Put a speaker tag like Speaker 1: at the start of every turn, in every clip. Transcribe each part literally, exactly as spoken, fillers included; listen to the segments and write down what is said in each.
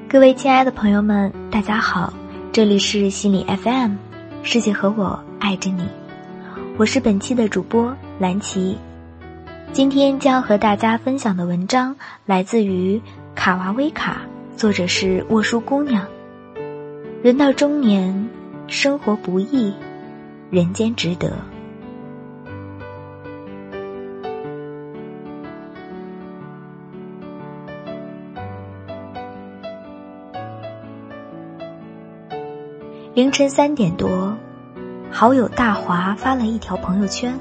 Speaker 1: 各位亲爱的朋友们，大家好，这里是心理 F M， 世界和我爱着你，我是本期的主播蓝琪。今天将和大家分享的文章来自于卡娃威卡，作者是沃书姑娘。人到中年，生活不易，人间值得。凌晨三点多，好友大华发了一条朋友圈：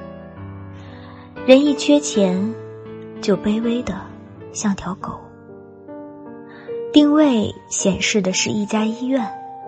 Speaker 1: 人一缺钱，就卑微的像条狗。定位显示的是一家医院。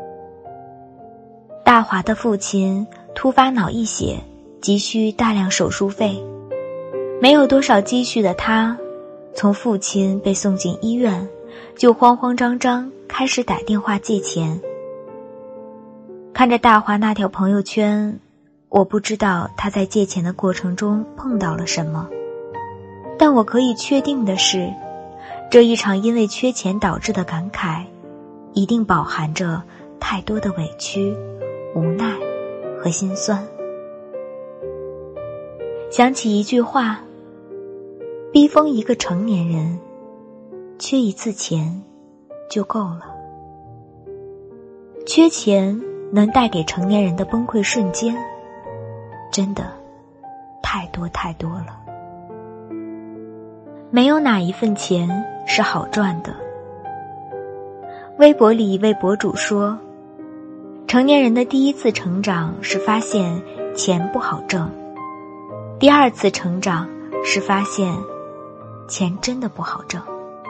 Speaker 1: 大华的父亲突发脑溢血，急需大量手术费，没有多少积蓄的他，从父亲被送进医院，就慌慌张张开始打电话借钱。看着大华那条朋友圈，我不知道他在借钱的过程中碰到了什么，但我可以确定的是，这一场因为缺钱导致的感慨，一定饱含着太多的委屈、无奈和心酸。想起一句话，逼疯一个成年人，缺一次钱就够了。缺钱能带给成年人的崩溃瞬间，真的太多太多了。没有哪一份钱是好赚的。微博里一位博主说，成年人的第一次成长是发现钱不好挣，第二次成长是发现钱真的不好挣。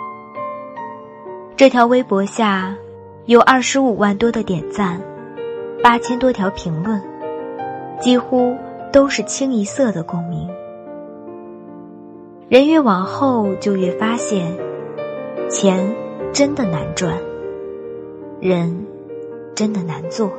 Speaker 1: 这条微博下有二十五万多的点赞，八千多条评论，几乎都是清一色的共鸣。人越往后就越发现，钱真的难赚，人真的难做。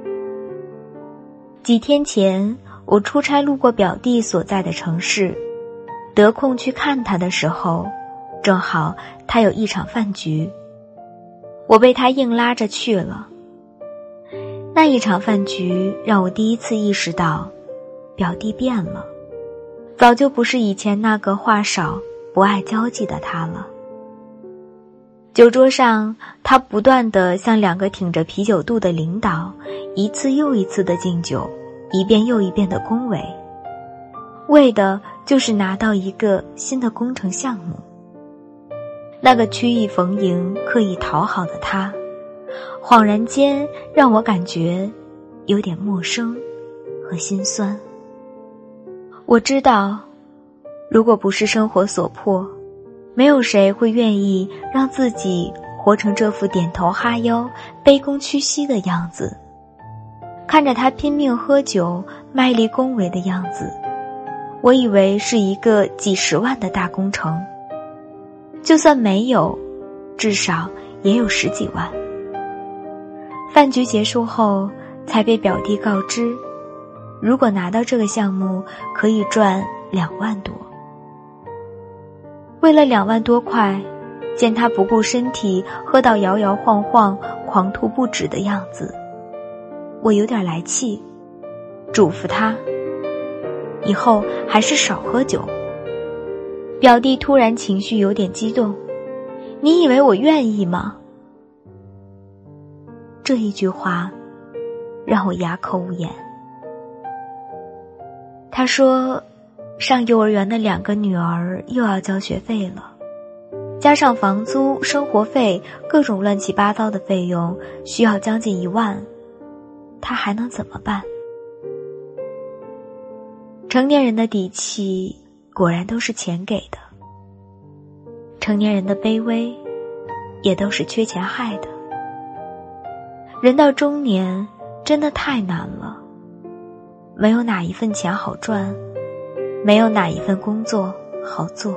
Speaker 1: 几天前，我出差路过表弟所在的城市，得空去看他的时候，正好他有一场饭局，我被他硬拉着去了。那一场饭局让我第一次意识到，表弟变了，早就不是以前那个话少不爱交际的他了。酒桌上，他不断地向两个挺着啤酒肚的领导一次又一次的敬酒，一遍又一遍的恭维，为的就是拿到一个新的工程项目。那个曲意逢迎刻意讨好的他，恍然间让我感觉有点陌生和心酸。我知道，如果不是生活所迫，没有谁会愿意让自己活成这副点头哈腰、卑躬屈膝的样子。看着他拼命喝酒、卖力恭维的样子，我以为是一个几十万的大工程，就算没有，至少也有十几万。饭局结束后，才被表弟告知，如果拿到这个项目，可以赚两万多。为了两万多块，见他不顾身体喝到摇摇晃晃、狂吐不止的样子，我有点来气，嘱咐他以后还是少喝酒。表弟突然情绪有点激动，你以为我愿意吗？这一句话让我哑口无言。他说，上幼儿园的两个女儿又要交学费了，加上房租、生活费，各种乱七八糟的费用，需要将近一万，他还能怎么办？成年人的底气果然都是钱给的，成年人的卑微也都是缺钱害的。人到中年真的太难了，没有哪一份钱好赚，没有哪一份工作好做。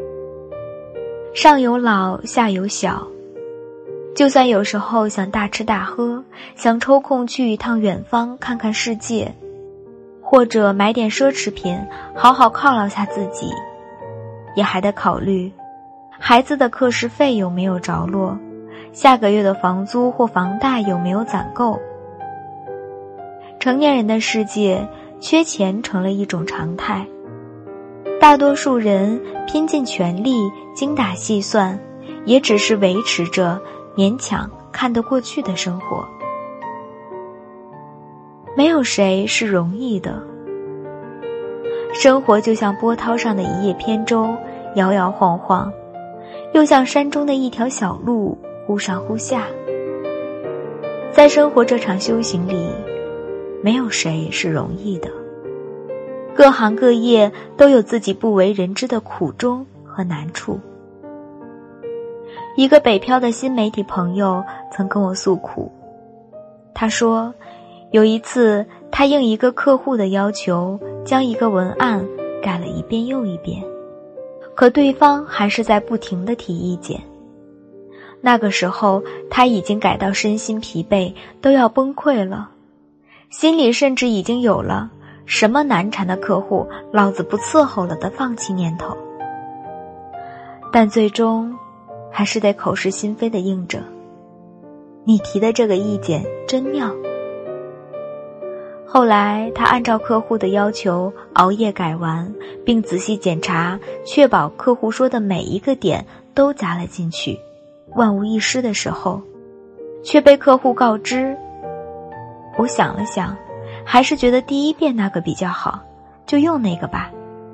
Speaker 1: 上有老下有小，就算有时候想大吃大喝，想抽空去一趟远方看看世界，或者买点奢侈品好好犒劳下自己，也还得考虑孩子的课时费有没有着落， 下个月的房租或房贷有没有攒够。成年人的世界，缺钱成了一种常态。大多数人拼尽全力，精打细算，也只是维持着勉强看得过去的生活。没有谁是容易的，生活就像波涛上的一叶扁舟，摇摇晃晃，又像山中的一条小路，忽上忽下。在生活这场修行里，没有谁是容易的，各行各业都有自己不为人知的苦衷和难处。一个北漂的新媒体朋友曾跟我诉苦，他说有一次他应一个客户的要求，将一个文案改了一遍又一遍，可对方还是在不停地提意见。那个时候他已经改到身心疲惫，都要崩溃了，心里甚至已经有了什么难缠的客户老子不伺候了的放弃念头。但最终还是得口是心非地应着，你提的这个意见真妙。后来他按照客户的要求熬夜改完，并仔细检查，确保客户说的每一个点都加了进去，万无一失的时候，却被客户告知，我想了想，还是觉得第一遍那个比较好，就用那个吧。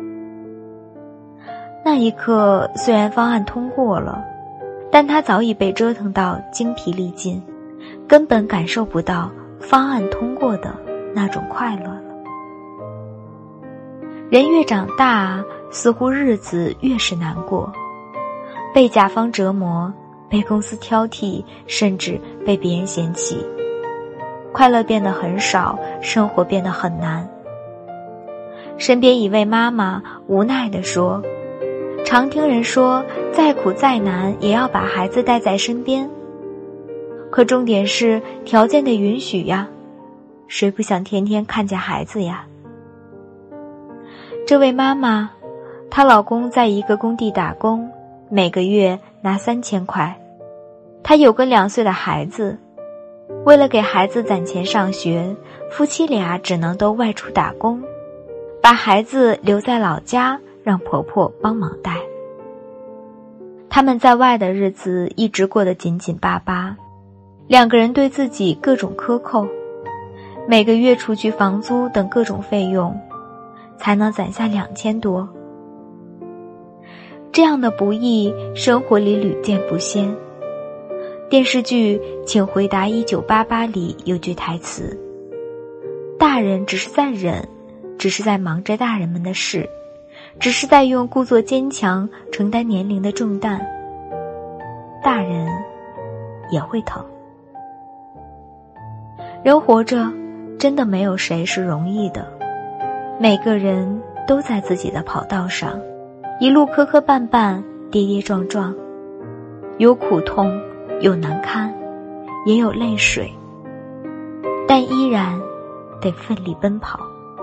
Speaker 1: 那一刻虽然方案通过了，但他早已被折腾到精疲力尽，根本感受不到方案通过的那种快乐了。人越长大，似乎日子越是难过，被甲方折磨，被公司挑剔，甚至被别人嫌弃，快乐变得很少，生活变得很难。身边一位妈妈无奈地说，常听人说再苦再难也要把孩子带在身边，可重点是条件得允许呀，谁不想天天看见孩子呀？这位妈妈，她老公在一个工地打工，每个月拿三千块，她有个两岁的孩子，为了给孩子攒钱上学，夫妻俩只能都外出打工，把孩子留在老家，让婆婆帮忙带。他们在外的日子一直过得紧紧巴巴，两个人对自己各种克扣，每个月除去房租等各种费用，才能攒下两千多。这样的不易，生活里屡见不鲜。电视剧《请回答一九八八》里有句台词，大人只是在忍，只是在忙着大人们的事，只是在用故作坚强承担年龄的重担，大人也会疼。人活着真的没有谁是容易的，每个人都在自己的跑道上，一路磕磕绊绊，跌跌撞撞，有苦痛，有难堪，也有泪水，但依然得奋力奔跑。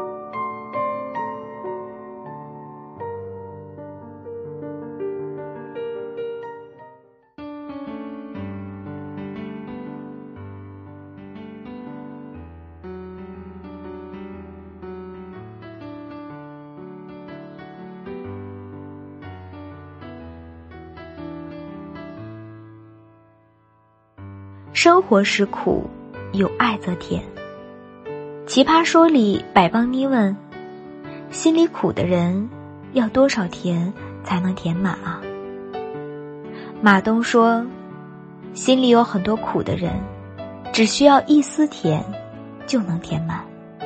Speaker 1: 生活是苦，有爱则甜。奇葩说里百邦妮问，心里苦的人要多少甜才能填满啊？马东说，心里有很多苦的人，只需要一丝甜就能填满。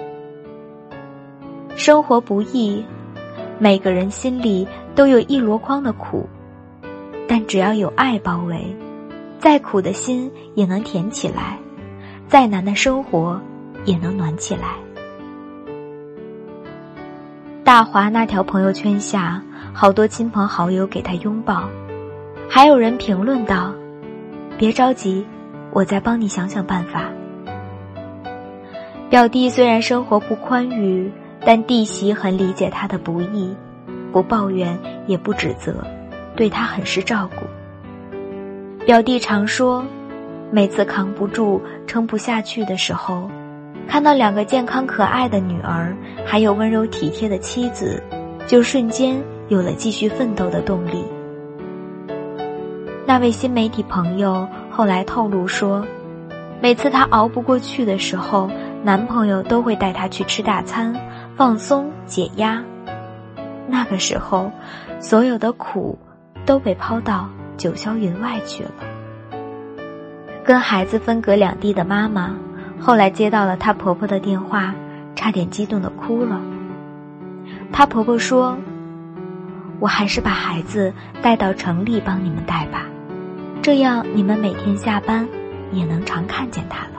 Speaker 1: 生活不易，每个人心里都有一箩筐的苦，但只要有爱包围，再苦的心也能甜起来，再难的生活也能暖起来。大华那条朋友圈下，好多亲朋好友给他拥抱，还有人评论道，别着急，我再帮你想想办法。表弟虽然生活不宽裕，但弟媳很理解他的不易，不抱怨也不指责，对他很是照顾。表弟常说， 每次扛不住撑不下去的时候，看到两个健康可爱的女儿还有温柔体贴的妻子，就瞬间有了继续奋斗的动力。那位新媒体朋友后来透露说，每次她熬不过去的时候，男朋友都会带她去吃大餐，放松解压。那个时候，所有的苦都被抛到九霄云外去了。跟孩子分隔两地的妈妈，后来接到了她婆婆的电话，差点激动地哭了。她婆婆说，我还是把孩子带到城里帮你们带吧，这样你们每天下班也能常看见他了。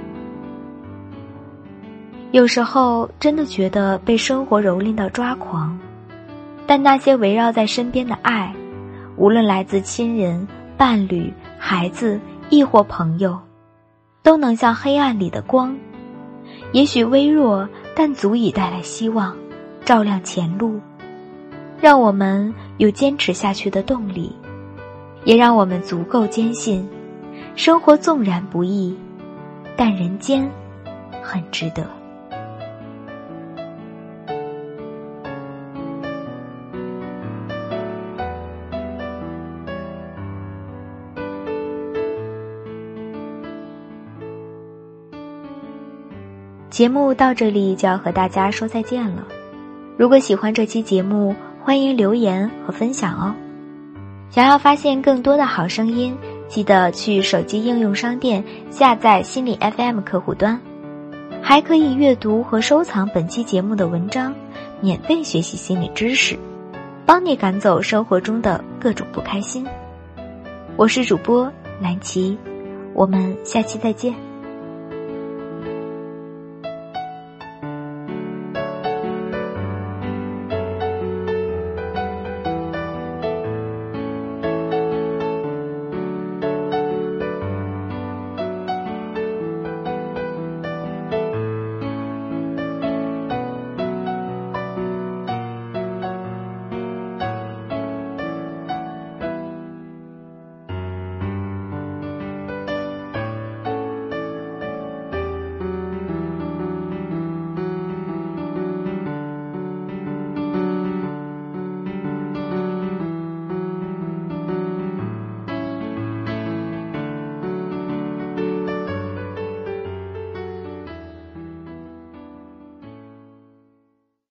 Speaker 1: 有时候真的觉得被生活蹂躏到抓狂，但那些围绕在身边的爱，无论来自亲人、伴侣、孩子亦或朋友，都能像黑暗里的光，也许微弱，但足以带来希望，照亮前路，让我们有坚持下去的动力，也让我们足够坚信，生活纵然不易，但人间很值得。节目到这里就要和大家说再见了。如果喜欢这期节目，欢迎留言和分享哦。想要发现更多的好声音，记得去手机应用商店下载心理 F M 客户端，还可以阅读和收藏本期节目的文章，免费学习心理知识，帮你赶走生活中的各种不开心。我是主播南琪，我们下期再见。